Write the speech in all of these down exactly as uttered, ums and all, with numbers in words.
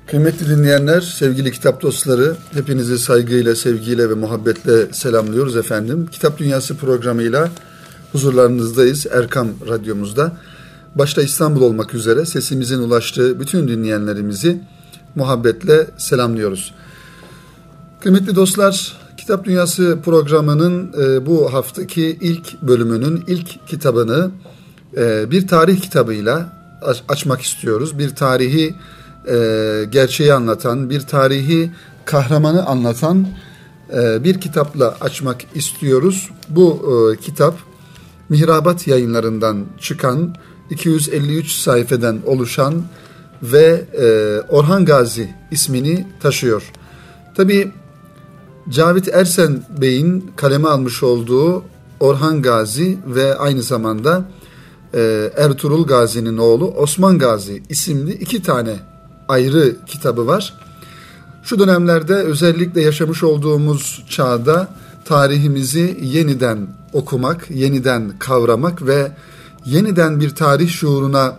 Kıymetli dinleyenler, sevgili kitap dostları, hepinizi saygıyla, sevgiyle ve muhabbetle selamlıyoruz efendim. Kitap Dünyası programıyla huzurlarınızdayız Erkam Radyomuzda. Başta İstanbul olmak üzere sesimizin ulaştığı bütün dinleyenlerimizi muhabbetle selamlıyoruz. Kıymetli dostlar, Kitap Dünyası programının e, bu haftaki ilk bölümünün ilk kitabını e, bir tarih kitabıyla aç- açmak istiyoruz. Bir tarihi e, gerçeği anlatan, bir tarihi kahramanı anlatan e, bir kitapla açmak istiyoruz. Bu e, kitap Mihrabat Yayınlarından çıkan iki yüz elli üç sayfeden oluşan ve e, Orhan Gazi ismini taşıyor. Tabii Cavit Ersen Bey'in kaleme almış olduğu Orhan Gazi ve aynı zamanda e, Ertuğrul Gazi'nin oğlu Osman Gazi isimli iki tane ayrı kitabı var. Şu dönemlerde özellikle yaşamış olduğumuz çağda tarihimizi yeniden okumak, yeniden kavramak ve yeniden bir tarih şuuruna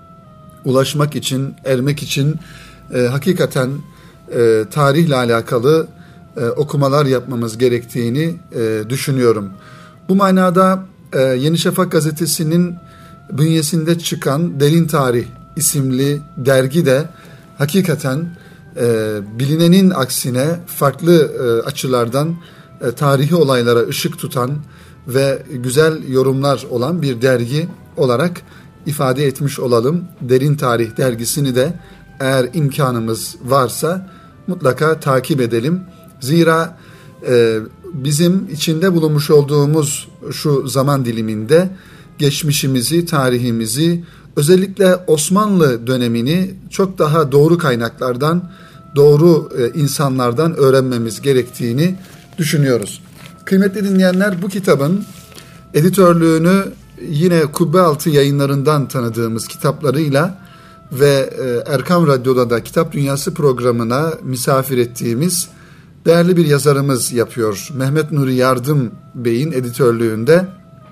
ulaşmak için, ermek için e, hakikaten e, tarihle alakalı e, okumalar yapmamız gerektiğini e, düşünüyorum. Bu manada e, Yeni Şafak gazetesinin bünyesinde çıkan Derin Tarih isimli dergi de hakikaten e, bilinenin aksine farklı e, açılardan e, tarihi olaylara ışık tutan ve güzel yorumlar olan bir dergi olarak ifade etmiş olalım. Derin Tarih dergisini de eğer imkanımız varsa mutlaka takip edelim. Zira e, bizim içinde bulunmuş olduğumuz şu zaman diliminde geçmişimizi, tarihimizi, özellikle Osmanlı dönemini çok daha doğru kaynaklardan, doğru e, insanlardan öğrenmemiz gerektiğini düşünüyoruz. Kıymetli dinleyenler, bu kitabın editörlüğünü yine Kubbealtı Yayınlarından tanıdığımız kitaplarıyla ve Erkam Radyo'da da Kitap Dünyası programına misafir ettiğimiz değerli bir yazarımız yapıyor. Mehmet Nuri Yardım Bey'in editörlüğünde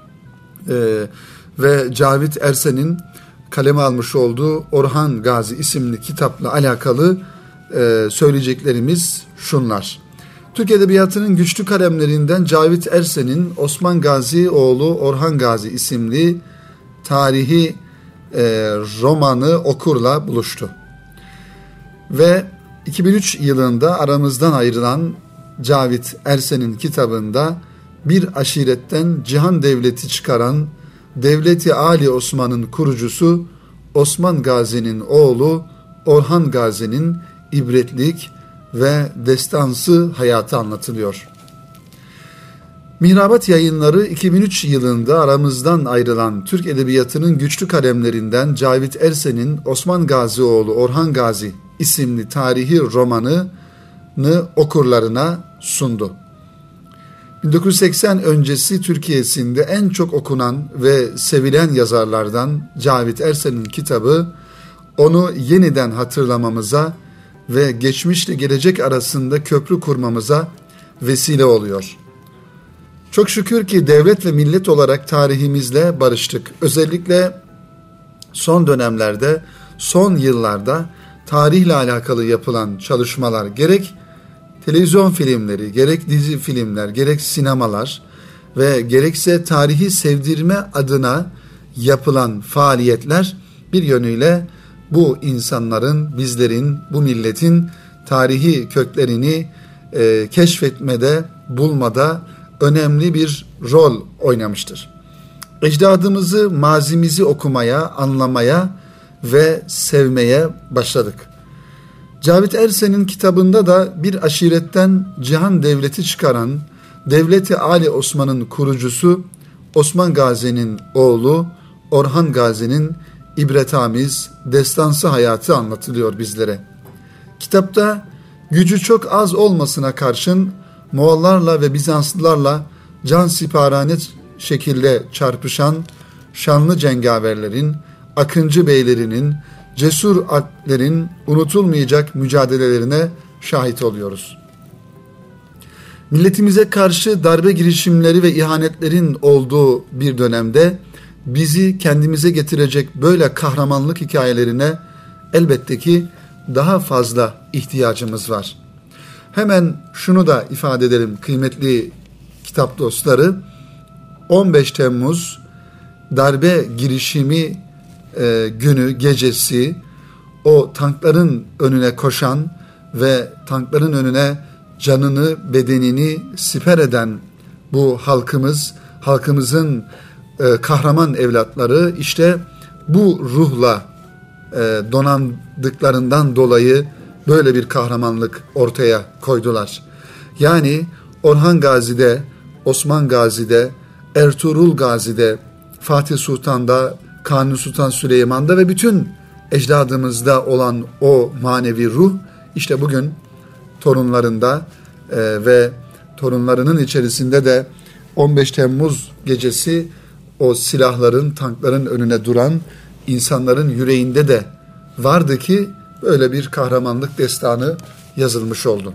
e, ve Cavit Ersen'in kaleme almış olduğu Orhan Gazi isimli kitapla alakalı e, söyleyeceklerimiz şunlar. Türk Edebiyatı'nın güçlü kalemlerinden Cavit Ersen'in Osman Gazi oğlu Orhan Gazi isimli tarihi e, romanı okurla buluştu. Ve iki bin üç yılında aramızdan ayrılan Cavit Ersen'in kitabında bir aşiretten cihan devleti çıkaran Devleti Ali Osman'ın kurucusu Osman Gazi'nin oğlu Orhan Gazi'nin ibretlik ve destansı hayatı anlatılıyor. Mihrabat Yayınları iki bin üç yılında aramızdan ayrılan Türk Edebiyatı'nın güçlü kalemlerinden Cavit Ersen'in Osman Gazi oğlu Orhan Gazi isimli tarihi romanını okurlarına sundu. bin dokuz yüz seksen öncesi Türkiye'sinde en çok okunan ve sevilen yazarlardan Cavit Ersen'in kitabı onu yeniden hatırlamamıza ve geçmişle gelecek arasında köprü kurmamıza vesile oluyor. Çok şükür ki devlet ve millet olarak tarihimizle barıştık. Özellikle son dönemlerde, son yıllarda tarihle alakalı yapılan çalışmalar, gerek televizyon filmleri, gerek dizi filmler, gerek sinemalar ve gerekse tarihi sevdirme adına yapılan faaliyetler bir yönüyle bu insanların, bizlerin, bu milletin tarihi köklerini e, keşfetmede, bulmada önemli bir rol oynamıştır. Ecdadımızı, mazimizi okumaya, anlamaya ve sevmeye başladık. Cavit Ersen'in kitabında da bir aşiretten cihan devleti çıkaran Devleti Ali Osman'ın kurucusu Osman Gazi'nin oğlu Orhan Gazi'nin ibretamiz, destansı hayatı anlatılıyor bizlere. Kitapta gücü çok az olmasına karşın Moğollarla ve Bizanslılarla cansiparane şekilde çarpışan şanlı cengaverlerin, akıncı beylerinin, cesur alplerin unutulmayacak mücadelelerine şahit oluyoruz. Milletimize karşı darbe girişimleri ve ihanetlerin olduğu bir dönemde bizi kendimize getirecek böyle kahramanlık hikayelerine elbette ki daha fazla ihtiyacımız var. Hemen şunu da ifade edelim kıymetli kitap dostları. on beş Temmuz darbe girişimi e, günü, gecesi o tankların önüne koşan ve tankların önüne canını, bedenini siper eden bu halkımız, halkımızın e, kahraman evlatları işte bu ruhla e, donandıklarından dolayı böyle bir kahramanlık ortaya koydular. Yani Orhan Gazi'de, Osman Gazi'de, Ertuğrul Gazi'de, Fatih Sultan'da, Kanuni Sultan Süleyman'da ve bütün ecdadımızda olan o manevi ruh işte bugün torunlarında e, ve torunlarının içerisinde de on beş Temmuz gecesi o silahların, tankların önüne duran insanların yüreğinde de vardı ki böyle bir kahramanlık destanı yazılmış oldu.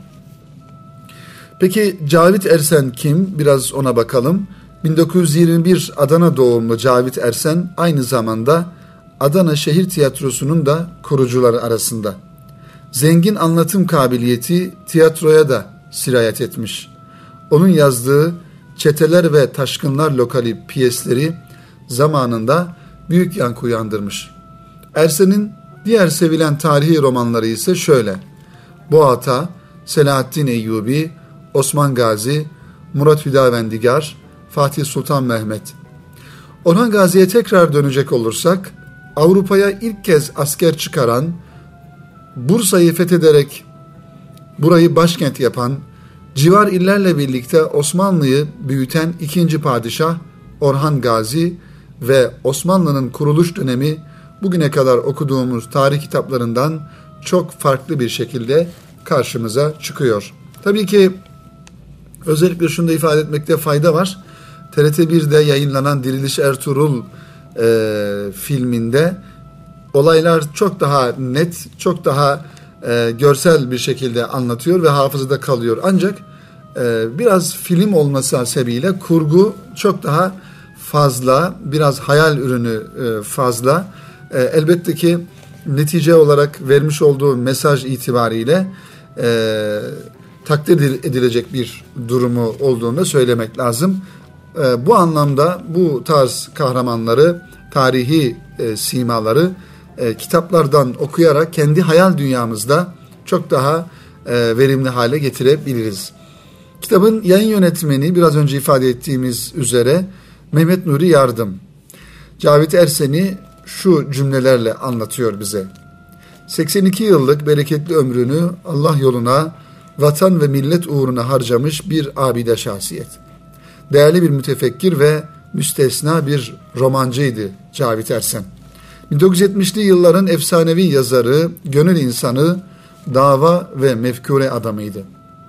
Peki Cavit Ersen kim? Biraz ona bakalım. bin dokuz yüz yirmi bir Adana doğumlu Cavit Ersen aynı zamanda Adana Şehir Tiyatrosu'nun da kurucuları arasında. Zengin anlatım kabiliyeti tiyatroya da sirayet etmiş. Onun yazdığı Çeteler ve Taşkınlar Lokali piyesleri zamanında büyük yankı uyandırmış. Ersen'in diğer sevilen tarihi romanları ise şöyle: Boğata, Selahaddin Eyyubi, Osman Gazi, Murat Hüdavendigar, Fatih Sultan Mehmet. Orhan Gazi'ye tekrar dönecek olursak, Avrupa'ya ilk kez asker çıkaran, Bursa'yı fethederek burayı başkent yapan, civar illerle birlikte Osmanlı'yı büyüten ikinci padişah Orhan Gazi ve Osmanlı'nın kuruluş dönemi bugüne kadar okuduğumuz tarih kitaplarından çok farklı bir şekilde karşımıza çıkıyor. Tabii ki özellikle şunu da ifade etmekte fayda var. T R T bir'de yayınlanan Diriliş Ertuğrul e, filminde olaylar çok daha net, çok daha e, görsel bir şekilde anlatıyor ve hafızada kalıyor. Ancak e, biraz film olması hasebiyle kurgu çok daha fazla, biraz hayal ürünü e, fazla. E, elbette ki netice olarak vermiş olduğu mesaj itibariyle e, takdir edilecek bir durumu olduğunu da söylemek lazım. E, bu anlamda bu tarz kahramanları, tarihi e, simaları e, kitaplardan okuyarak kendi hayal dünyamızda çok daha e, verimli hale getirebiliriz. Kitabın yayın yönetmeni biraz önce ifade ettiğimiz üzere Mehmet Nuri Yardım. Cavit Ersen'i şu cümlelerle anlatıyor bize. seksen iki yıllık bereketli ömrünü Allah yoluna, vatan ve millet uğruna harcamış bir abide şahsiyet. Değerli bir mütefekkir ve müstesna bir romancıydı Cavit Ersen. bin dokuz yüz yetmişli yılların efsanevi yazarı, gönül insanı, dava ve mefkure adamıydı.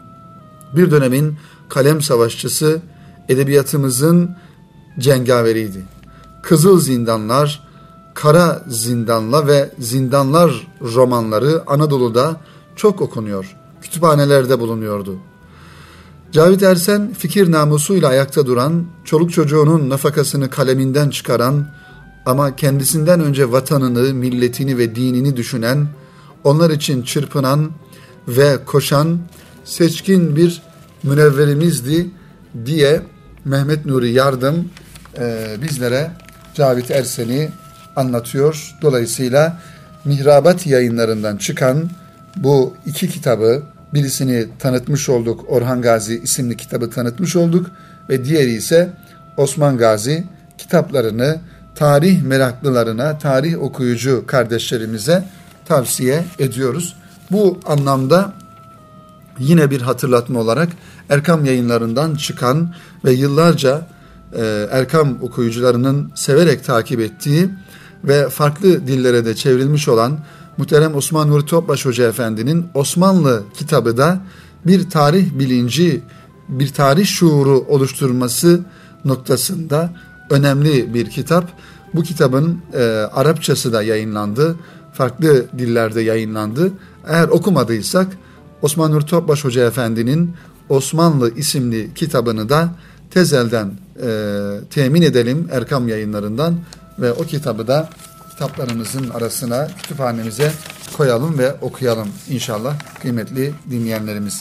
Bir dönemin kalem savaşçısı, edebiyatımızın cengaveriydi. Kızıl Zindanlar, Kara Zindanla ve Zindanlar romanları Anadolu'da çok okunuyor, kütüphanelerde bulunuyordu. Cavit Ersen fikir namusuyla ayakta duran, çoluk çocuğunun nafakasını kaleminden çıkaran ama kendisinden önce vatanını, milletini ve dinini düşünen, onlar için çırpınan ve koşan seçkin bir münevverimizdi diye Mehmet Nuri Yardım e, bizlere Cavit Ersen'i anlatıyor. Dolayısıyla Mihrabat yayınlarından çıkan bu iki kitabı, birisini tanıtmış olduk, Orhan Gazi isimli kitabı tanıtmış olduk ve diğeri ise Osman Gazi kitaplarını tarih meraklılarına, tarih okuyucu kardeşlerimize tavsiye ediyoruz. Bu anlamda yine bir hatırlatma olarak Erkam Yayınlarından çıkan ve yıllarca e, Erkam okuyucularının severek takip ettiği ve farklı dillere de çevrilmiş olan muhterem Osman Nuri Topbaş Hoca Efendi'nin Osmanlı kitabı da bir tarih bilinci, bir tarih şuuru oluşturması noktasında önemli bir kitap. Bu kitabın e, Arapçası da yayınlandı, farklı dillerde yayınlandı. Eğer okumadıysak Osman Nuri Topbaş Hoca Efendi'nin Osmanlı isimli kitabını da tezelden e, temin edelim Erkam Yayınlarından ve o kitabı da kitaplarımızın arasına, kütüphanemize koyalım ve okuyalım inşallah kıymetli dinleyenlerimiz.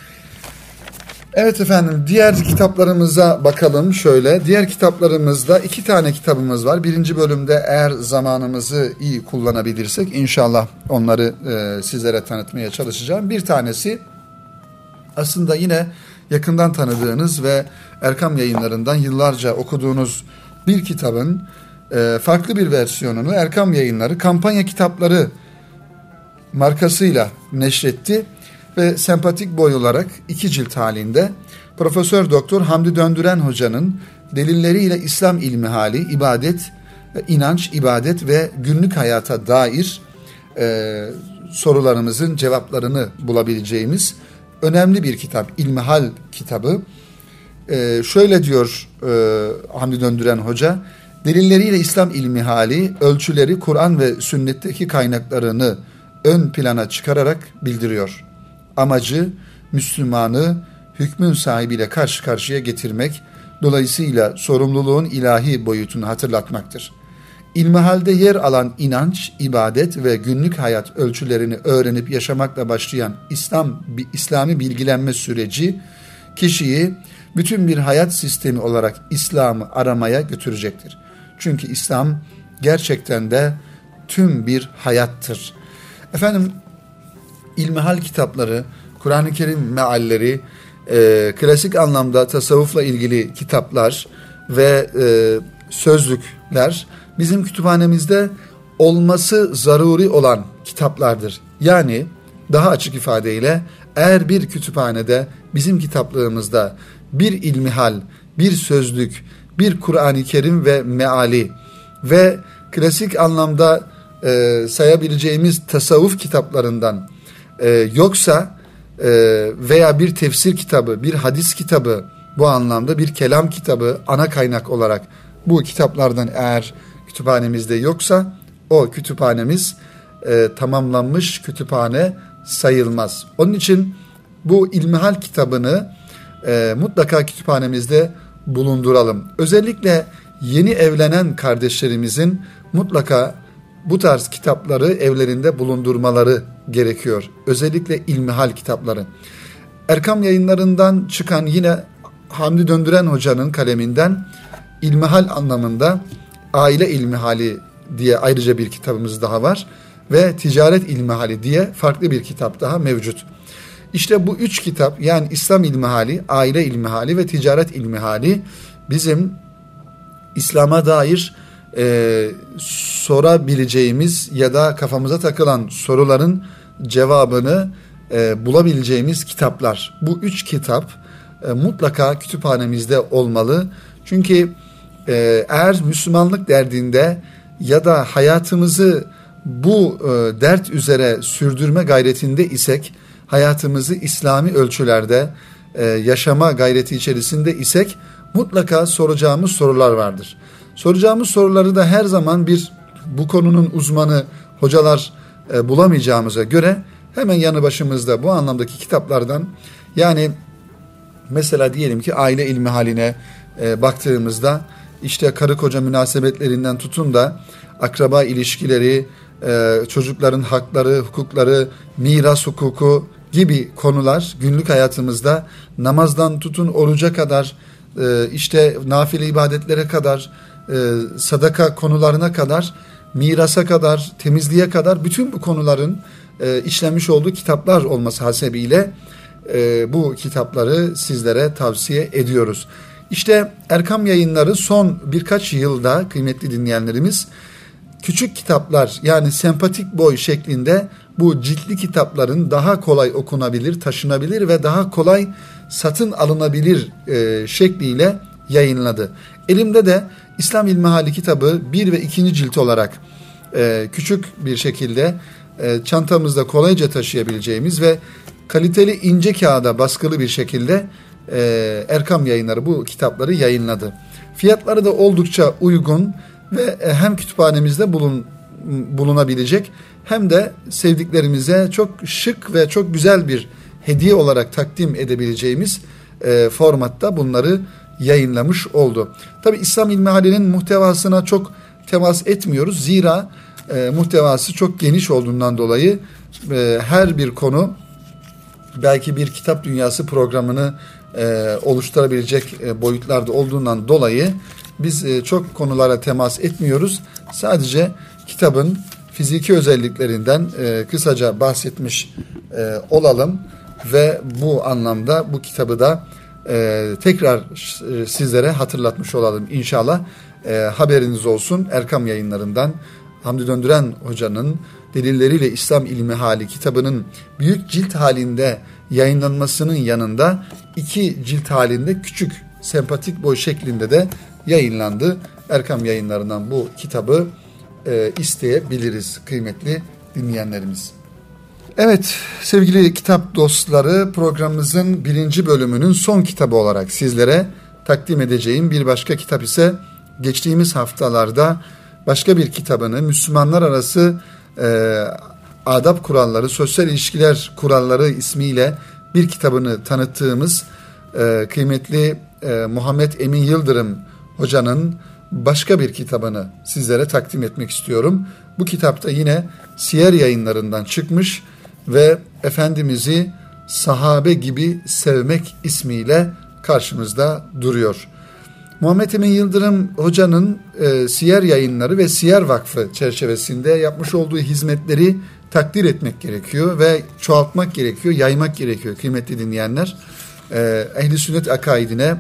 Evet efendim, diğer kitaplarımıza bakalım şöyle. Diğer kitaplarımızda iki tane kitabımız var. Birinci bölümde eğer zamanımızı iyi kullanabilirsek inşallah onları e, sizlere tanıtmaya çalışacağım. Bir tanesi aslında yine yakından tanıdığınız ve Erkam Yayınları'ndan yıllarca okuduğunuz bir kitabın e, farklı bir versiyonunu Erkam Yayınları kampanya kitapları markasıyla neşretti ve sempatik boy olarak iki cilt halinde Profesör Doktor Hamdi Döndüren Hoca'nın delilleriyle İslam ilmihali, ibadet, inanç, ibadet ve günlük hayata dair e, sorularımızın cevaplarını bulabileceğimiz önemli bir kitap, İlmihal kitabı. E, şöyle diyor e, Hamdi Döndüren Hoca, delilleriyle İslam ilmihali, ölçüleri, Kur'an ve sünnetteki kaynaklarını ön plana çıkararak bildiriyor. Amacı Müslümanı hükmün sahibiyle karşı karşıya getirmek, dolayısıyla sorumluluğun ilahi boyutunu hatırlatmaktır. İlmihalde yer alan inanç, ibadet ve günlük hayat ölçülerini öğrenip yaşamakla başlayan İslam İslami bilgilenme süreci kişiyi bütün bir hayat sistemi olarak İslam'ı aramaya götürecektir. Çünkü İslam gerçekten de tüm bir hayattır. Efendim, İlmihal kitapları, Kur'an-ı Kerim mealleri, e, klasik anlamda tasavvufla ilgili kitaplar ve e, sözlükler bizim kütüphanemizde olması zaruri olan kitaplardır. Yani daha açık ifadeyle eğer bir kütüphanede bizim kitaplığımızda bir ilmihal, bir sözlük, bir Kur'an-ı Kerim ve meali ve klasik anlamda e, sayabileceğimiz tasavvuf kitaplarından e, yoksa e, veya bir tefsir kitabı, bir hadis kitabı, bu anlamda bir kelam kitabı ana kaynak olarak bu kitaplardan eğer kütüphanemizde yoksa o kütüphanemiz e, tamamlanmış kütüphane sayılmaz. Onun için bu İlmihal kitabını e, mutlaka kütüphanemizde bulunduralım. Özellikle yeni evlenen kardeşlerimizin mutlaka bu tarz kitapları evlerinde bulundurmaları gerekiyor. Özellikle İlmihal kitapları. Erkam Yayınları'ndan çıkan yine Hamdi Döndüren Hoca'nın kaleminden İlmihal anlamında Aile İlmihali diye ayrıca bir kitabımız daha var ve Ticaret İlmihali diye farklı bir kitap daha mevcut. İşte bu üç kitap, yani İslam İlmihali, Aile İlmihali ve Ticaret İlmihali bizim İslam'a dair e, sorabileceğimiz ya da kafamıza takılan soruların cevabını e, bulabileceğimiz kitaplar. Bu üç kitap e, mutlaka kütüphanemizde olmalı. Çünkü e, eğer Müslümanlık derdinde ya da hayatımızı bu e, dert üzere sürdürme gayretinde isek, hayatımızı İslami ölçülerde e, yaşama gayreti içerisinde isek mutlaka soracağımız sorular vardır. Soracağımız soruları da her zaman bir bu konunun uzmanı hocalar e, bulamayacağımıza göre hemen yanı başımızda bu anlamdaki kitaplardan, yani mesela diyelim ki aile ilmihaline e, baktığımızda işte karı koca münasebetlerinden tutun da akraba ilişkileri, e, çocukların hakları, hukukları, miras hukuku gibi konular günlük hayatımızda namazdan tutun oruca kadar, e, işte nafile ibadetlere kadar, e, sadaka konularına kadar, mirasa kadar, temizliğe kadar bütün bu konuların e, işlenmiş olduğu kitaplar olması hasebiyle e, bu kitapları sizlere tavsiye ediyoruz. İşte Erkam Yayınları son birkaç yılda kıymetli dinleyenlerimiz küçük kitaplar, yani sempatik boy şeklinde bu ciltli kitapların daha kolay okunabilir, taşınabilir ve daha kolay satın alınabilir e, şekliyle yayınladı. Elimde de İslam İlmihali kitabı bir ve ikinci cilt olarak e, küçük bir şekilde e, çantamızda kolayca taşıyabileceğimiz ve kaliteli ince kağıda baskılı bir şekilde e, Erkam Yayınları bu kitapları yayınladı. Fiyatları da oldukça uygun ve hem kütüphanemizde bulun, bulunabilecek hem de sevdiklerimize çok şık ve çok güzel bir hediye olarak takdim edebileceğimiz e, formatta bunları yayınlamış oldu. Tabi İslam İlmihali'nin muhtevasına çok temas etmiyoruz. Zira e, muhtevası çok geniş olduğundan dolayı e, her bir konu belki bir kitap dünyası programını e, oluşturabilecek e, boyutlarda olduğundan dolayı biz e, çok konulara temas etmiyoruz. Sadece kitabın fiziki özelliklerinden e, kısaca bahsetmiş e, olalım ve bu anlamda bu kitabı da e, tekrar e, sizlere hatırlatmış olalım inşallah. E, haberiniz olsun, Erkam Yayınları'ndan Hamdi Döndüren Hoca'nın Delilleriyle İslam İlmi Hali kitabının büyük cilt halinde yayınlanmasının yanında iki cilt halinde küçük sempatik boy şeklinde de yayınlandı. Erkam Yayınları'ndan bu kitabı e, isteyebiliriz kıymetli dinleyenlerimiz. Evet sevgili kitap dostları, programımızın birinci bölümünün son kitabı olarak sizlere takdim edeceğim bir başka kitap ise geçtiğimiz haftalarda başka bir kitabını Müslümanlar arası e, adab kuralları, sosyal ilişkiler kuralları ismiyle bir kitabını tanıttığımız e, kıymetli e, Muhammed Emin Yıldırım Hoca'nın başka bir kitabını sizlere takdim etmek istiyorum. Bu kitapta yine Siyer Yayınları'ndan çıkmış ve Efendimiz'i sahabe gibi sevmek ismiyle karşımızda duruyor. Muhammed Emin Yıldırım Hoca'nın e, Siyer Yayınları ve Siyer Vakfı çerçevesinde yapmış olduğu hizmetleri takdir etmek gerekiyor ve çoğaltmak gerekiyor, yaymak gerekiyor kıymetli dinleyenler. E, Ehl-i Sünnet akaidine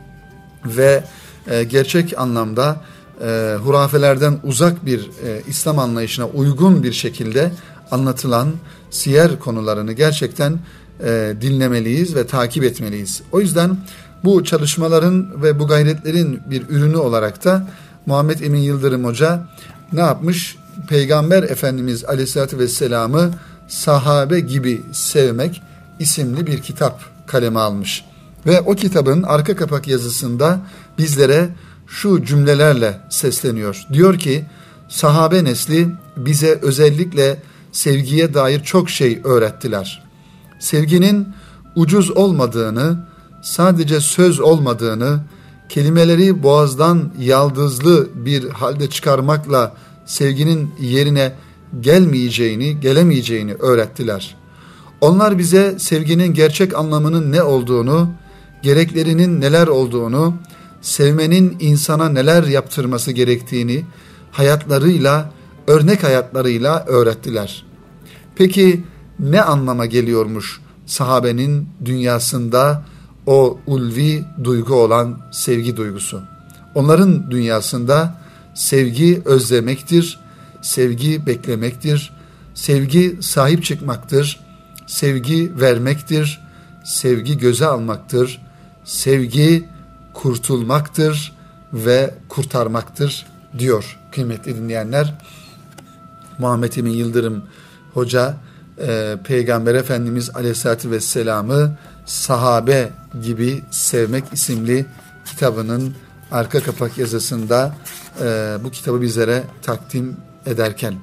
ve e, gerçek anlamda e, hurafelerden uzak bir e, İslam anlayışına uygun bir şekilde anlatılan siyer konularını gerçekten e, dinlemeliyiz ve takip etmeliyiz. O yüzden bu çalışmaların ve bu gayretlerin bir ürünü olarak da Muhammed Emin Yıldırım Hoca ne yapmış? Peygamber Efendimiz Aleyhisselatü Vesselam'ı sahabe gibi sevmek isimli bir kitap kaleme almış. Ve o kitabın arka kapak yazısında bizlere şu cümlelerle sesleniyor. Diyor ki, sahabe nesli bize özellikle sevgiye dair çok şey öğrettiler. Sevginin ucuz olmadığını, sadece söz olmadığını, kelimeleri boğazdan yaldızlı bir halde çıkarmakla sevginin yerine gelmeyeceğini, gelemeyeceğini öğrettiler. Onlar bize sevginin gerçek anlamının ne olduğunu, gereklerinin neler olduğunu, sevmenin insana neler yaptırması gerektiğini hayatlarıyla, örnek hayatlarıyla öğrettiler. Peki ne anlama geliyormuş sahabenin dünyasında o ulvi duygu olan sevgi duygusu? Onların dünyasında sevgi özlemektir, sevgi beklemektir, sevgi sahip çıkmaktır, sevgi vermektir, sevgi göze almaktır, sevgi kurtulmaktır ve kurtarmaktır diyor kıymetli dinleyenler. Muhammed Emin Yıldırım Hoca e, Peygamber Efendimiz Aleyhisselatü Vesselam'ı sahabe gibi sevmek isimli kitabının arka kapak yazısında e, bu kitabı bizlere takdim ederken.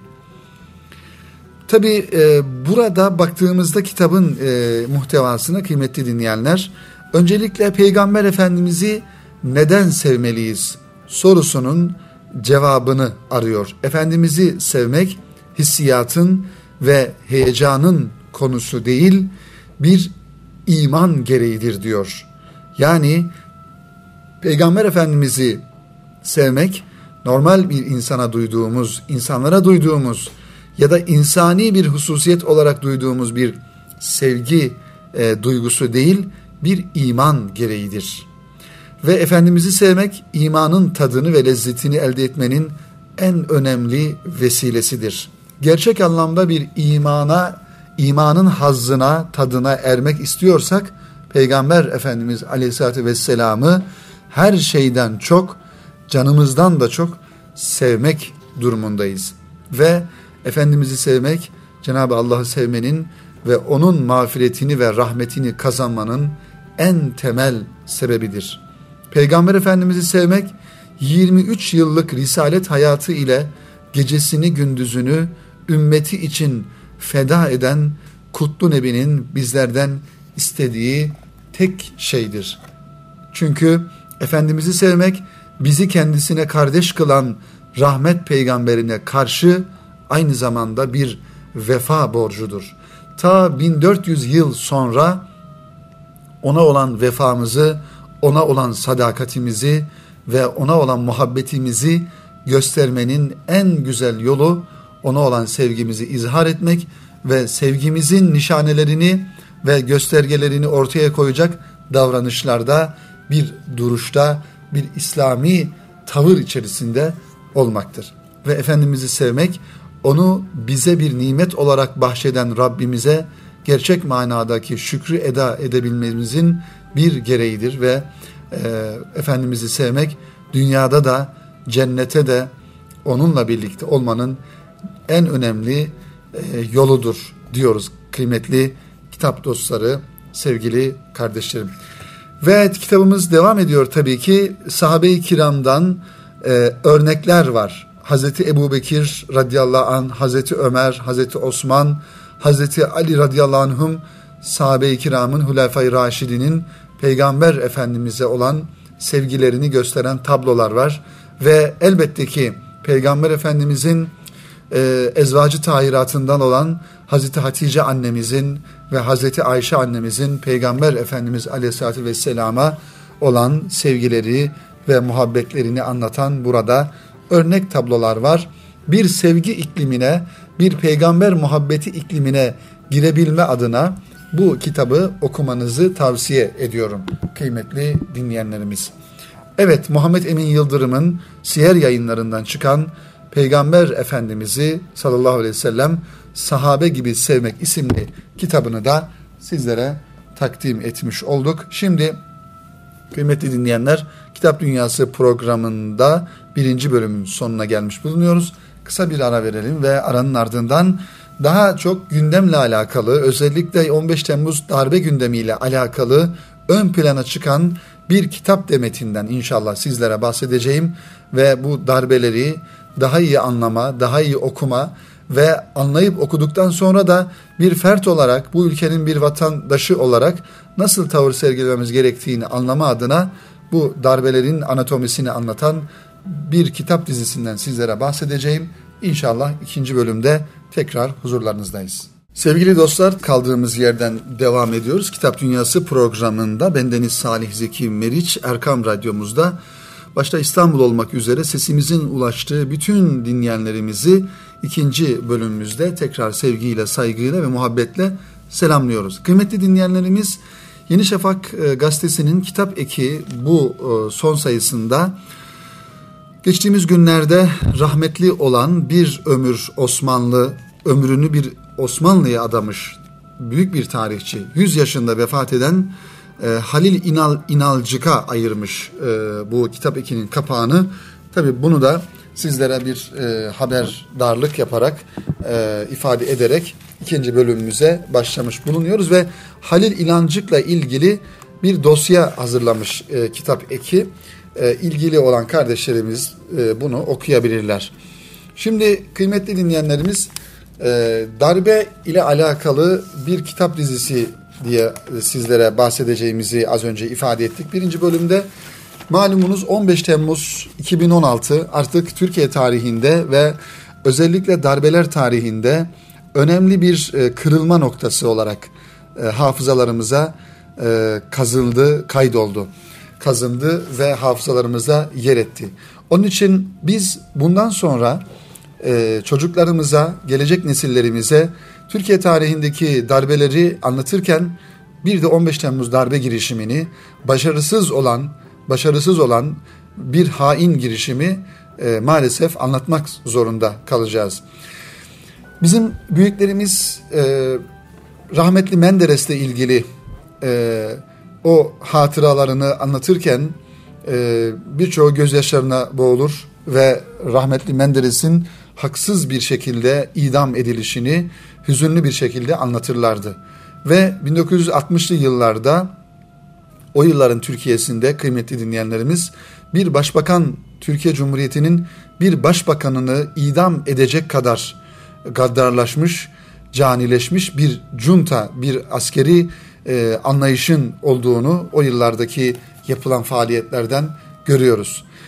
Tabi e, burada baktığımızda kitabın e, muhtevasına kıymetli dinleyenler, öncelikle Peygamber Efendimiz'i neden sevmeliyiz sorusunun cevabını arıyor. Efendimiz'i sevmek hissiyatın ve heyecanın konusu değil, bir iman gereğidir diyor. Yani Peygamber Efendimiz'i sevmek normal bir insana duyduğumuz, insanlara duyduğumuz ya da insani bir hususiyet olarak duyduğumuz bir sevgi e, duygusu değil, bir iman gereğidir. Ve Efendimiz'i sevmek imanın tadını ve lezzetini elde etmenin en önemli vesilesidir. Gerçek anlamda bir imana, imanın hazzına, tadına ermek istiyorsak Peygamber Efendimiz Aleyhisselatü Vesselam'ı her şeyden çok, canımızdan da çok sevmek durumundayız. Ve Efendimiz'i sevmek, Cenab-ı Allah'ı sevmenin ve onun mağfiretini ve rahmetini kazanmanın en temel sebebidir. Peygamber Efendimiz'i sevmek, yirmi üç yıllık risalet hayatı ile gecesini gündüzünü ümmeti için feda eden Kutlu Nebi'nin bizlerden istediği tek şeydir. Çünkü Efendimiz'i sevmek, bizi kendisine kardeş kılan rahmet peygamberine karşı aynı zamanda bir vefa borcudur. Ta bin dört yüz yıl sonra ona olan vefamızı, ona olan sadakatimizi ve ona olan muhabbetimizi göstermenin en güzel yolu ona olan sevgimizi izhar etmek ve sevgimizin nişanelerini ve göstergelerini ortaya koyacak davranışlarda, bir duruşta, bir İslami tavır içerisinde olmaktır. Ve Efendimiz'i sevmek, onu bize bir nimet olarak bahşeden Rabbimize gerçek manadaki şükrü eda edebilmemizin bir gereğidir ve e, Efendimiz'i sevmek dünyada da cennete de onunla birlikte olmanın en önemli e, yoludur diyoruz kıymetli kitap dostları, sevgili kardeşlerim. Ve kitabımız devam ediyor tabii ki. Sahabe-i kiramdan e, örnekler var. Hazreti Ebubekir radıyallahu anh, Hazreti Ömer, Hazreti Osman, Hazreti Ali radıyallahu anhum, sahabe-i kiramın, Hulefai Raşidinin Peygamber Efendimiz'e olan sevgilerini gösteren tablolar var. Ve elbette ki Peygamber Efendimiz'in e, ezvacı tahiratından olan Hazreti Hatice annemizin ve Hazreti Ayşe annemizin Peygamber Efendimiz Aleyhisselatü Vesselam'a olan sevgileri ve muhabbetlerini anlatan burada örnek tablolar var. Bir sevgi iklimine, bir peygamber muhabbeti iklimine girebilme adına bu kitabı okumanızı tavsiye ediyorum kıymetli dinleyenlerimiz. Evet, Muhammed Emin Yıldırım'ın Siyer Yayınlarından çıkan Peygamber Efendimiz'i sallallahu aleyhi ve sellem sahabe gibi sevmek isimli kitabını da sizlere takdim etmiş olduk. Şimdi kıymetli dinleyenler, Kitap Dünyası programında birinci bölümün sonuna gelmiş bulunuyoruz. Kısa bir ara verelim ve aranın ardından daha çok gündemle alakalı, özellikle on beş Temmuz darbe gündemiyle alakalı ön plana çıkan bir kitap demetinden inşallah sizlere bahsedeceğim ve bu darbeleri daha iyi anlama, daha iyi okuma ve anlayıp okuduktan sonra da bir fert olarak, bu ülkenin bir vatandaşı olarak nasıl tavır sergilememiz gerektiğini anlama adına bu darbelerin anatomisini anlatan bir kitap dizisinden sizlere bahsedeceğim. İnşallah ikinci bölümde tekrar huzurlarınızdayız. Sevgili dostlar, kaldığımız yerden devam ediyoruz. Kitap Dünyası programında bendeniz Salih Zeki Meriç, Erkam Radyomuzda başta İstanbul olmak üzere sesimizin ulaştığı bütün dinleyenlerimizi ikinci bölümümüzde tekrar sevgiyle, saygıyla ve muhabbetle selamlıyoruz. Kıymetli dinleyenlerimiz, Yeni Şafak gazetesinin kitap eki bu son sayısında geçtiğimiz günlerde rahmetli olan bir ömür Osmanlı, ömrünü bir Osmanlı'ya adamış büyük bir tarihçi, yüz yaşında vefat eden e, Halil İnal İnalcık'a ayırmış e, bu kitap ekinin kapağını. Tabii bunu da sizlere bir e, haberdarlık yaparak, e, ifade ederek ikinci bölümümüze başlamış bulunuyoruz ve Halil İnalcık'la ilgili bir dosya hazırlamış e, kitap eki. E, ilgili olan kardeşlerimiz e, bunu okuyabilirler. Şimdi kıymetli dinleyenlerimiz, e, darbe ile alakalı bir kitap dizisi diye sizlere bahsedeceğimizi az önce ifade ettik. Birinci bölümde malumunuz on beş Temmuz iki bin on altı artık Türkiye tarihinde ve özellikle darbeler tarihinde önemli bir e, kırılma noktası olarak e, hafızalarımıza e, kazındı, kaydoldu. kazındı ve hafızalarımıza yer etti. Onun için biz bundan sonra e, çocuklarımıza, gelecek nesillerimize Türkiye tarihindeki darbeleri anlatırken bir de on beş Temmuz darbe girişimini, başarısız olan, başarısız olan bir hain girişimi e, maalesef anlatmak zorunda kalacağız. Bizim büyüklerimiz e, rahmetli Menderes'le ilgili e, o hatıralarını anlatırken e, birçoğu gözyaşlarına boğulur ve rahmetli Menderes'in haksız bir şekilde idam edilişini hüzünlü bir şekilde anlatırlardı. Ve bin dokuz yüz altmışlı yıllarda, o yılların Türkiye'sinde kıymetli dinleyenlerimiz, bir başbakan, Türkiye Cumhuriyeti'nin bir başbakanını idam edecek kadar gaddarlaşmış, canileşmiş bir junta, bir askeri e, anlayışın olduğunu o yıllardaki yapılan faaliyetlerden görüyoruz.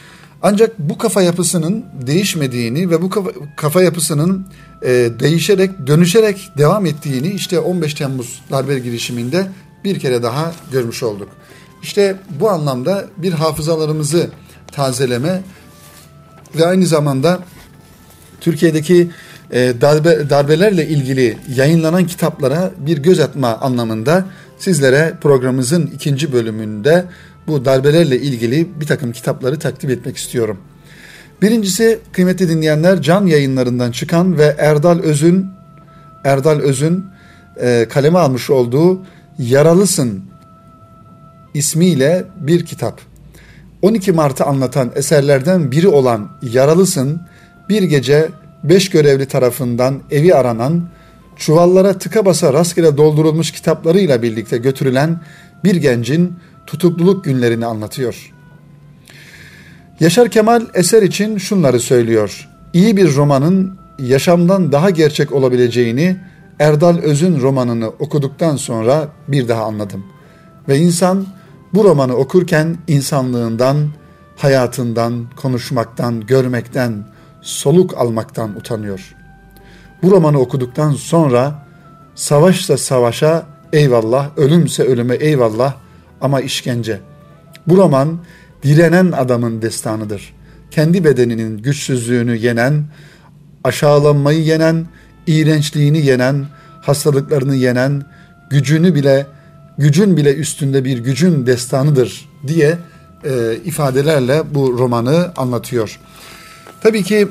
Ancak bu kafa yapısının değişmediğini ve bu kafa, kafa yapısının e, değişerek, dönüşerek devam ettiğini işte on beş Temmuz darbe girişiminde bir kere daha görmüş olduk. İşte bu anlamda bir hafızalarımızı tazeleme ve aynı zamanda Türkiye'deki e, darbe, darbelerle ilgili yayınlanan kitaplara bir göz atma anlamında sizlere programımızın ikinci bölümünde bu darbelerle ilgili bir takım kitapları takdim etmek istiyorum. Birincisi kıymetli dinleyenler, Can Yayınlarından çıkan ve Erdal Öz'ün Erdal Öz'ün e, kaleme almış olduğu Yaralısın ismiyle bir kitap. on iki Mart'ı anlatan eserlerden biri olan Yaralısın, bir gece beş görevli tarafından evi aranan, çuvallara tıka basa rastgele doldurulmuş kitaplarıyla birlikte götürülen bir gencin tutukluluk günlerini anlatıyor. Yaşar Kemal eser için şunları söylüyor. İyi bir romanın yaşamdan daha gerçek olabileceğini Erdal Öz'ün romanını okuduktan sonra bir daha anladım. Ve insan bu romanı okurken insanlığından, hayatından, konuşmaktan, görmekten, soluk almaktan utanıyor. Bu romanı okuduktan sonra savaşsa savaşa eyvallah, ölümse ölüme eyvallah ama işkence. Bu roman direnen adamın destanıdır. Kendi bedeninin güçsüzlüğünü yenen, aşağılanmayı yenen, iğrençliğini yenen, hastalıklarını yenen, gücünü bile, gücün bile üstünde bir gücün destanıdır diye e, ifadelerle bu romanı anlatıyor. Tabii ki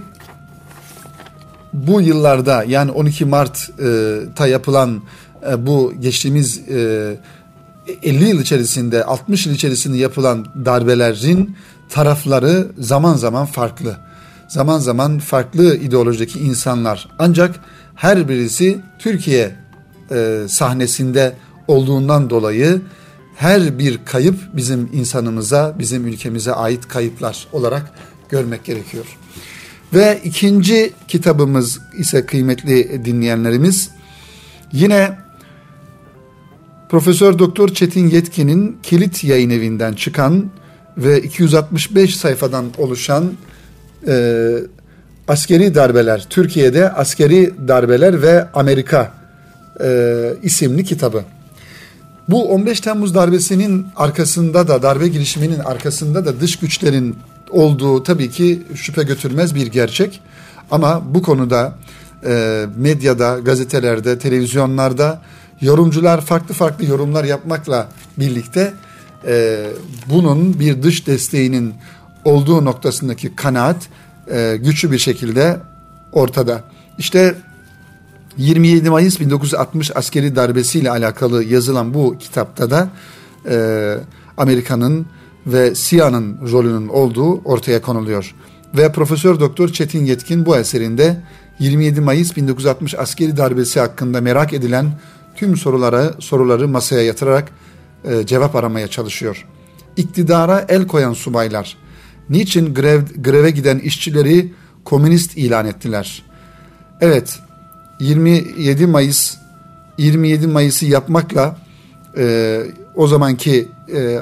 bu yıllarda, yani on iki Mart'ta yapılan e, bu geçtiğimiz e, elli yıl içerisinde, altmış yıl içerisinde yapılan darbelerin tarafları zaman zaman farklı. Zaman zaman farklı ideolojideki insanlar. Ancak her birisi Türkiye e, sahnesinde olduğundan dolayı her bir kayıp bizim insanımıza, bizim ülkemize ait kayıplar olarak görmek gerekiyor. Ve ikinci kitabımız ise kıymetli dinleyenlerimiz, yine Profesör Doktor Çetin Yetkin'in Kilit Yayınevi'nden çıkan ve iki yüz altmış beş sayfadan oluşan e, Askeri Darbeler, Türkiye'de Askeri Darbeler ve Amerika e, isimli kitabı. Bu on beş Temmuz darbesinin arkasında da, darbe girişiminin arkasında da dış güçlerin olduğu tabii ki şüphe götürmez bir gerçek. Ama bu konuda e, medyada, gazetelerde, televizyonlarda yorumcular farklı farklı yorumlar yapmakla birlikte e, bunun bir dış desteğinin olduğu noktasındaki kanaat e, güçlü bir şekilde ortada. İşte yirmi yedi Mayıs bin dokuz yüz altmış askeri darbesiyle alakalı yazılan bu kitapta da e, Amerika'nın ve C I A'nın rolünün olduğu ortaya konuluyor. Ve Profesör Doktor Çetin Yetkin bu eserinde yirmi yedi Mayıs bin dokuz yüz altmış askeri darbesi hakkında merak edilen tüm sorulara soruları masaya yatırarak e, cevap aramaya çalışıyor. İktidara el koyan subaylar niçin grev, greve giden işçileri komünist ilan ettiler? Evet, yirmi yedi Mayıs yirmi yedi Mayıs'ı yapmakla e, o zamanki e,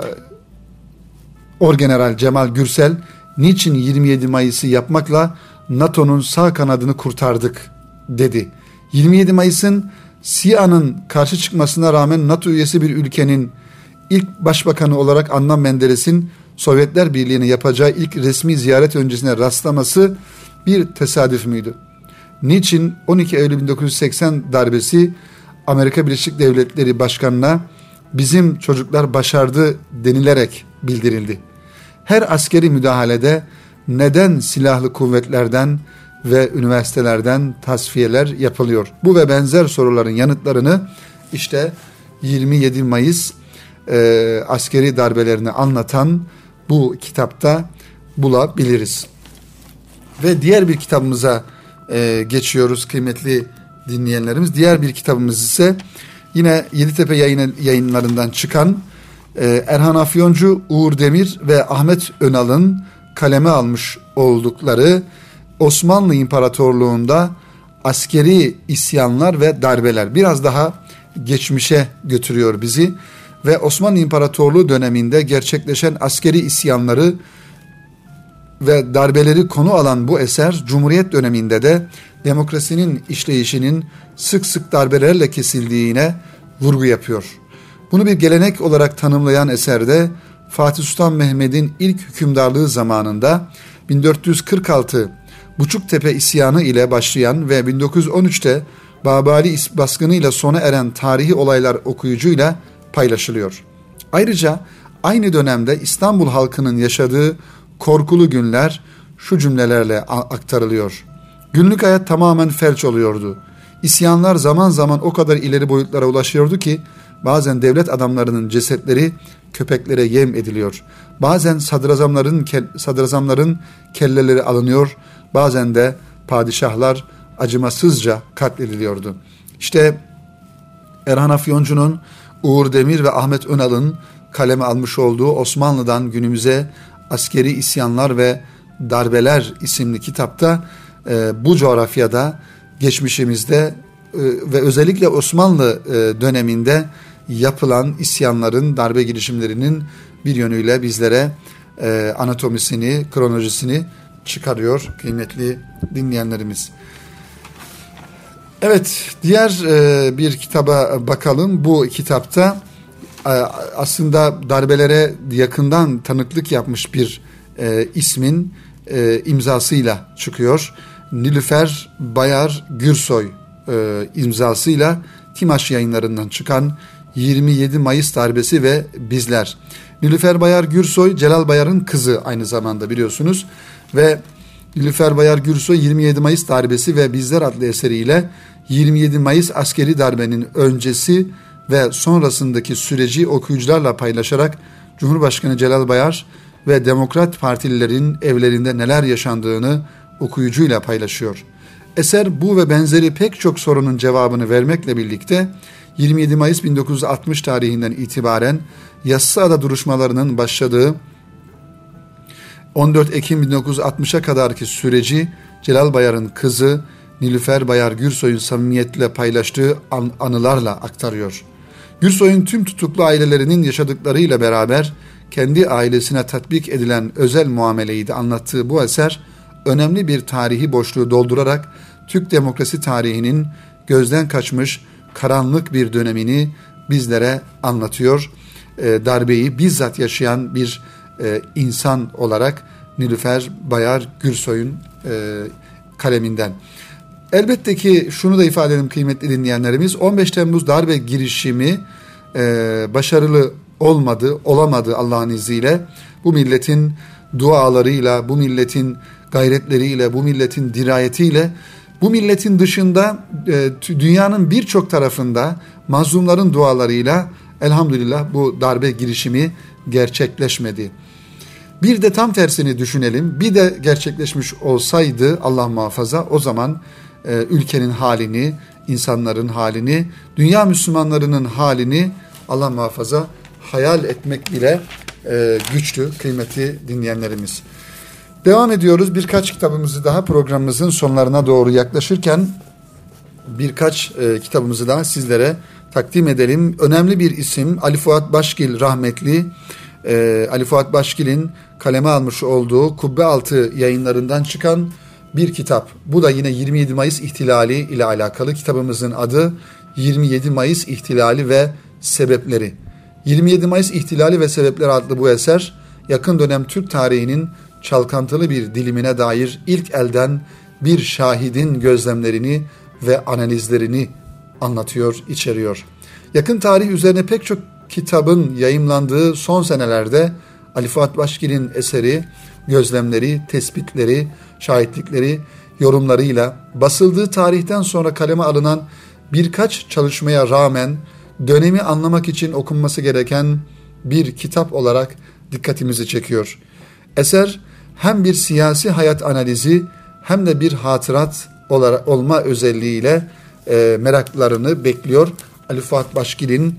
Orgeneral Cemal Gürsel niçin yirmi yedi Mayıs'ı yapmakla NATO'nun sağ kanadını kurtardık dedi. yirmi yedi Mayıs'ın C I A'nın karşı çıkmasına rağmen NATO üyesi bir ülkenin ilk başbakanı olarak Adnan Menderes'in Sovyetler Birliği'ne yapacağı ilk resmi ziyaret öncesine rastlaması bir tesadüf müydü? Niçin on iki Eylül bin dokuz yüz seksen darbesi Amerika Birleşik Devletleri Başkanı'na bizim çocuklar başardı denilerek bildirildi? Her askeri müdahalede neden silahlı kuvvetlerden ve üniversitelerden tasfiyeler yapılıyor? Bu ve benzer soruların yanıtlarını işte yirmi yedi Mayıs e, askeri darbelerini anlatan bu kitapta bulabiliriz. Ve diğer bir kitabımıza e, geçiyoruz kıymetli dinleyenlerimiz. Diğer bir kitabımız ise yine Yeditepe yayın, yayınlarından çıkan e, Erhan Afyoncu, Uğur Demir ve Ahmet Önal'ın kaleme almış oldukları Osmanlı İmparatorluğu'nda askeri isyanlar ve darbeler. Biraz daha geçmişe götürüyor bizi ve Osmanlı İmparatorluğu döneminde gerçekleşen askeri isyanları ve darbeleri konu alan bu eser Cumhuriyet döneminde de demokrasinin işleyişinin sık sık darbelerle kesildiğine vurgu yapıyor. Bunu bir gelenek olarak tanımlayan eserde Fatih Sultan Mehmet'in ilk hükümdarlığı zamanında bin dört yüz kırk altı Buçuktepe isyanı ile başlayan ve bin dokuz yüz on üçte Babali baskınıyla sona eren tarihi olaylar okuyucuyla paylaşılıyor. Ayrıca aynı dönemde İstanbul halkının yaşadığı korkulu günler şu cümlelerle aktarılıyor. Günlük hayat tamamen felç oluyordu. İsyanlar zaman zaman o kadar ileri boyutlara ulaşıyordu ki bazen devlet adamlarının cesetleri köpeklere yem ediliyor. Bazen sadrazamların sadrazamların kelleleri alınıyor. Bazen de padişahlar acımasızca katlediliyordu. İşte Erhan Afyoncu'nun, Uğur Demir ve Ahmet Önal'ın kaleme almış olduğu Osmanlı'dan günümüze askeri isyanlar ve darbeler isimli kitapta e, bu coğrafyada geçmişimizde e, ve özellikle Osmanlı e, döneminde yapılan isyanların, darbe girişimlerinin bir yönüyle bizlere e, anatomisini, kronolojisini çıkarıyor kıymetli dinleyenlerimiz. Evet, diğer e, bir kitaba bakalım. Bu kitapta e, aslında darbelere yakından tanıklık yapmış bir e, ismin e, imzasıyla çıkıyor. Nilüfer Bayar Gürsoy e, imzasıyla Timaş Yayınlarından çıkan yirmi yedi Mayıs Darbesi ve Bizler. Nilüfer Bayar Gürsoy, Celal Bayar'ın kızı aynı zamanda biliyorsunuz. Ve Nilüfer Bayar Gürsoy yirmi yedi Mayıs Darbesi ve Bizler adlı eseriyle yirmi yedi Mayıs askeri darbenin öncesi ve sonrasındaki süreci okuyucularla paylaşarak Cumhurbaşkanı Celal Bayar ve Demokrat Partililerin evlerinde neler yaşandığını okuyucuyla paylaşıyor. Eser bu ve benzeri pek çok sorunun cevabını vermekle birlikte yirmi yedi Mayıs bin dokuz yüz altmış tarihinden itibaren Yassıada duruşmalarının başladığı on dört Ekim bin dokuz yüz altmışa kadarki süreci Celal Bayar'ın kızı Nilüfer Bayar Gürsoy'un samimiyetle paylaştığı an- anılarla aktarıyor. Gürsoy'un tüm tutuklu ailelerinin yaşadıklarıyla beraber kendi ailesine tatbik edilen özel muameleyi de anlattığı bu eser önemli bir tarihi boşluğu doldurarak Türk demokrasi tarihinin gözden kaçmış karanlık bir dönemini bizlere anlatıyor. E, darbeyi bizzat yaşayan bir e, insan olarak Nilüfer Bayar Gürsoy'un e, kaleminden. Elbette ki şunu da ifade edelim kıymetli dinleyenlerimiz, on beş Temmuz darbe girişimi e, başarılı olmadı, olamadı Allah'ın izniyle. Bu milletin dualarıyla, bu milletin gayretleriyle, bu milletin dirayetiyle, bu milletin dışında e, dünyanın birçok tarafında mazlumların dualarıyla elhamdülillah bu darbe girişimi gerçekleşmedi. Bir de tam tersini düşünelim. Bir de gerçekleşmiş olsaydı Allah muhafaza, o zaman e, ülkenin halini, insanların halini, dünya Müslümanlarının halini Allah muhafaza hayal etmek bile e, güçtü kıymetli dinleyenlerimiz. Devam ediyoruz. Birkaç kitabımızı daha programımızın sonlarına doğru yaklaşırken birkaç e, kitabımızı daha sizlere takdim edelim. Önemli bir isim Ali Fuat Başgil rahmetli. E, Ali Fuat Başgil'in kaleme almış olduğu Kubbealtı Yayınlarından çıkan bir kitap. Bu da yine yirmi yedi Mayıs İhtilali ile alakalı. Kitabımızın adı yirmi yedi Mayıs İhtilali ve Sebepleri. yirmi yedi Mayıs İhtilali ve Sebepleri adlı bu eser yakın dönem Türk tarihinin çalkantılı bir dilimine dair ilk elden bir şahidin gözlemlerini ve analizlerini anlatıyor, içeriyor. Yakın tarih üzerine pek çok kitabın yayımlandığı son senelerde Ali Fuat Başgil'in eseri, gözlemleri, tespitleri, şahitlikleri, yorumlarıyla basıldığı tarihten sonra kaleme alınan birkaç çalışmaya rağmen dönemi anlamak için okunması gereken bir kitap olarak dikkatimizi çekiyor. Eser hem bir siyasi hayat analizi hem de bir hatırat olarak olma özelliğiyle e, meraklarını bekliyor. Ali Fuat Başgil'in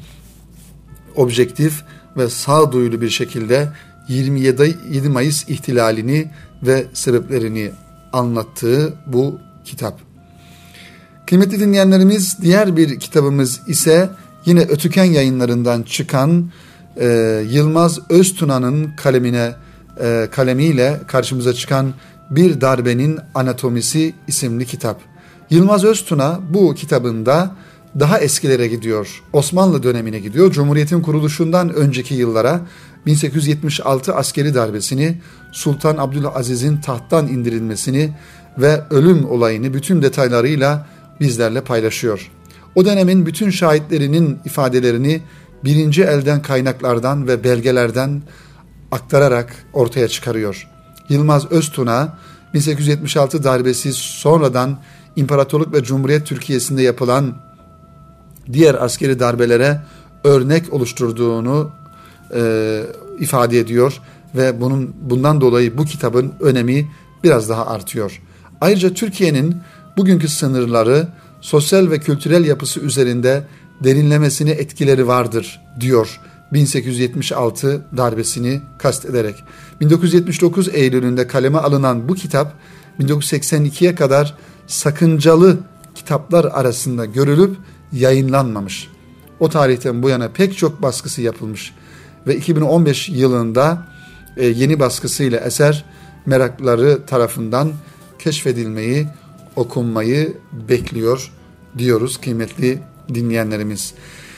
objektif ve sağduyulu bir şekilde yirmi yedi Mayıs ihtilalini ve sebeplerini anlattığı bu kitap. Kıymetli dinleyenlerimiz, diğer bir kitabımız ise yine Ötüken Yayınlarından çıkan e, Yılmaz Öztuna'nın kalemine e, kalemiyle karşımıza çıkan Bir Darbenin Anatomisi isimli kitap. Yılmaz Öztuna bu kitabında daha eskilere gidiyor. Osmanlı dönemine gidiyor. Cumhuriyetin kuruluşundan önceki yıllara, bin sekiz yüz yetmiş altı askeri darbesini, Sultan Abdülaziz'in tahttan indirilmesini ve ölüm olayını bütün detaylarıyla bizlerle paylaşıyor. O dönemin bütün şahitlerinin ifadelerini birinci elden kaynaklardan ve belgelerden aktararak ortaya çıkarıyor. Yılmaz Öztuna, bin sekiz yüz yetmiş altı darbesi sonradan İmparatorluk ve Cumhuriyet Türkiye'sinde yapılan diğer askeri darbelere örnek oluşturduğunu e, ifade ediyor ve bunun bundan dolayı bu kitabın önemi biraz daha artıyor. Ayrıca Türkiye'nin bugünkü sınırları, sosyal ve kültürel yapısı üzerinde derinlemesine etkileri vardır diyor bin sekiz yüz yetmiş altı darbesini kastederek. bin dokuz yüz yetmiş dokuz Eylül'ünde kaleme alınan bu kitap bin dokuz yüz seksen ikiye kadar sakıncalı kitaplar arasında görülüp yayınlanmamış. O tarihten bu yana pek çok baskısı yapılmış ve iki bin on beş yılında e, yeni baskısıyla eser meraklıları tarafından keşfedilmeyi, okunmayı bekliyor diyoruz kıymetli dinleyenlerimiz.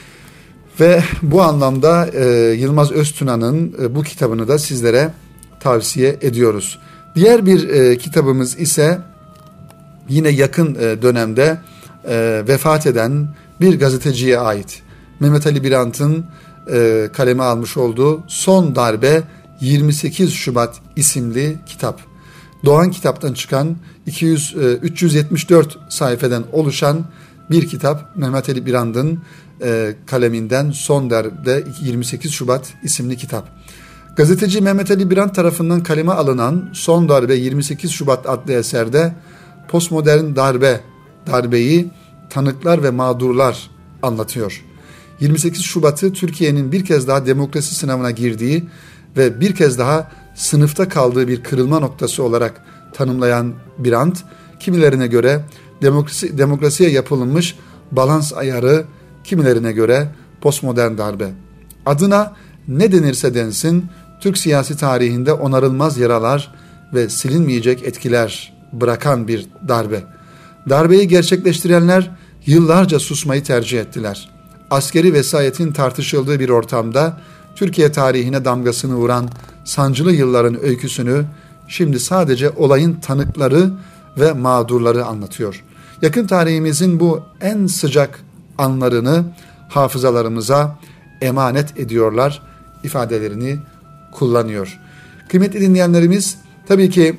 Ve bu anlamda e, Yılmaz Öztuna'nın e, bu kitabını da sizlere tavsiye ediyoruz. Diğer bir e, kitabımız ise yine yakın e, dönemde e, vefat eden bir gazeteciye ait. Mehmet Ali Birant'ın e, kaleme almış olduğu Son Darbe yirmi sekiz Şubat isimli kitap. Doğan Kitap'tan çıkan iki yüz, üç yüz yetmiş dört sayfadan oluşan bir kitap. Mehmet Ali Birant'ın e, kaleminden Son Darbe yirmi sekiz Şubat isimli kitap. Gazeteci Mehmet Ali Birant tarafından kaleme alınan Son Darbe yirmi sekiz Şubat adlı eserde postmodern darbe, darbeyi tanıklar ve mağdurlar anlatıyor. yirmi sekiz Şubat'ı Türkiye'nin bir kez daha demokrasi sınavına girdiği ve bir kez daha sınıfta kaldığı bir kırılma noktası olarak tanımlayan Birant, kimilerine göre demokrasi, demokrasiye yapılmış balans ayarı, kimilerine göre postmodern darbe. Adına ne denirse densin, Türk siyasi tarihinde onarılmaz yaralar ve silinmeyecek etkiler bırakan bir darbe. Darbeyi gerçekleştirenler yıllarca susmayı tercih ettiler. Askeri vesayetin tartışıldığı bir ortamda Türkiye tarihine damgasını vuran sancılı yılların öyküsünü şimdi sadece olayın tanıkları ve mağdurları anlatıyor. Yakın tarihimizin bu en sıcak anlarını hafızalarımıza emanet ediyorlar ifadelerini kullanıyor. Kıymetli dinleyenlerimiz, tabii ki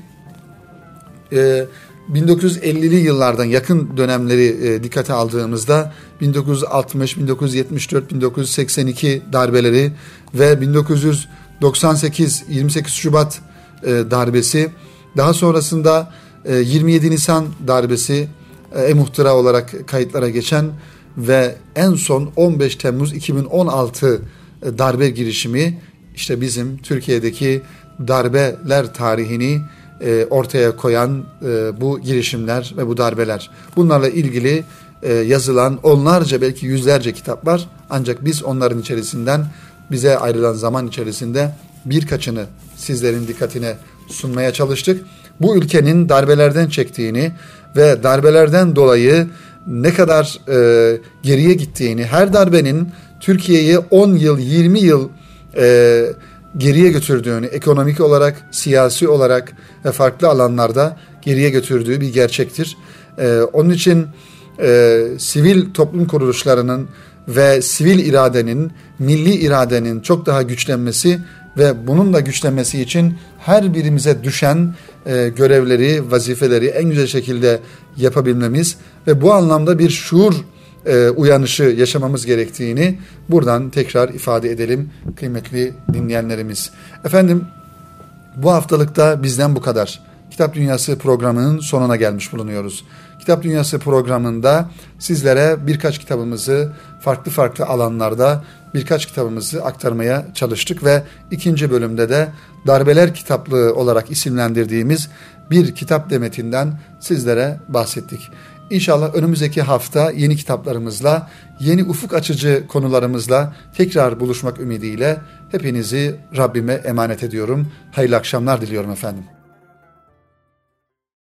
e, bin dokuz yüz ellili yıllardan yakın dönemleri e, dikkate aldığımızda bin dokuz yüz altmış, bin dokuz yüz yetmiş dört, bin dokuz yüz seksen iki darbeleri ve bin dokuz yüz doksan sekiz yirmi sekiz Şubat e, darbesi, daha sonrasında e, yirmi yedi Nisan darbesi e, e-muhtıra olarak kayıtlara geçen ve en son on beş Temmuz iki bin on altı e, darbe girişimi, işte bizim Türkiye'deki darbeler tarihini e, ortaya koyan e, bu girişimler ve bu darbeler. Bunlarla ilgili e, yazılan onlarca, belki yüzlerce kitap var. Ancak biz onların içerisinden, bize ayrılan zaman içerisinde birkaçını sizlerin dikkatine sunmaya çalıştık. Bu ülkenin darbelerden çektiğini ve darbelerden dolayı ne kadar e, geriye gittiğini, her darbenin Türkiye'yi on yıl, yirmi yıl e, geriye götürdüğünü, ekonomik olarak, siyasi olarak ve farklı alanlarda geriye götürdüğü bir gerçektir. E, onun için e, sivil toplum kuruluşlarının ve sivil iradenin, milli iradenin çok daha güçlenmesi ve bunun da güçlenmesi için her birimize düşen e, görevleri, vazifeleri en güzel şekilde yapabilmemiz ve bu anlamda bir şuur e, uyanışı yaşamamız gerektiğini buradan tekrar ifade edelim kıymetli dinleyenlerimiz. Efendim, bu haftalıkta bizden bu kadar. Kitap Dünyası programının sonuna gelmiş bulunuyoruz. Kitap Dünyası programında sizlere birkaç kitabımızı farklı farklı alanlarda birkaç kitabımızı aktarmaya çalıştık ve ikinci bölümde de Darbeler Kitaplığı olarak isimlendirdiğimiz bir kitap demetinden sizlere bahsettik. İnşallah önümüzdeki hafta yeni kitaplarımızla, yeni ufuk açıcı konularımızla tekrar buluşmak ümidiyle hepinizi Rabbime emanet ediyorum. Hayırlı akşamlar diliyorum efendim.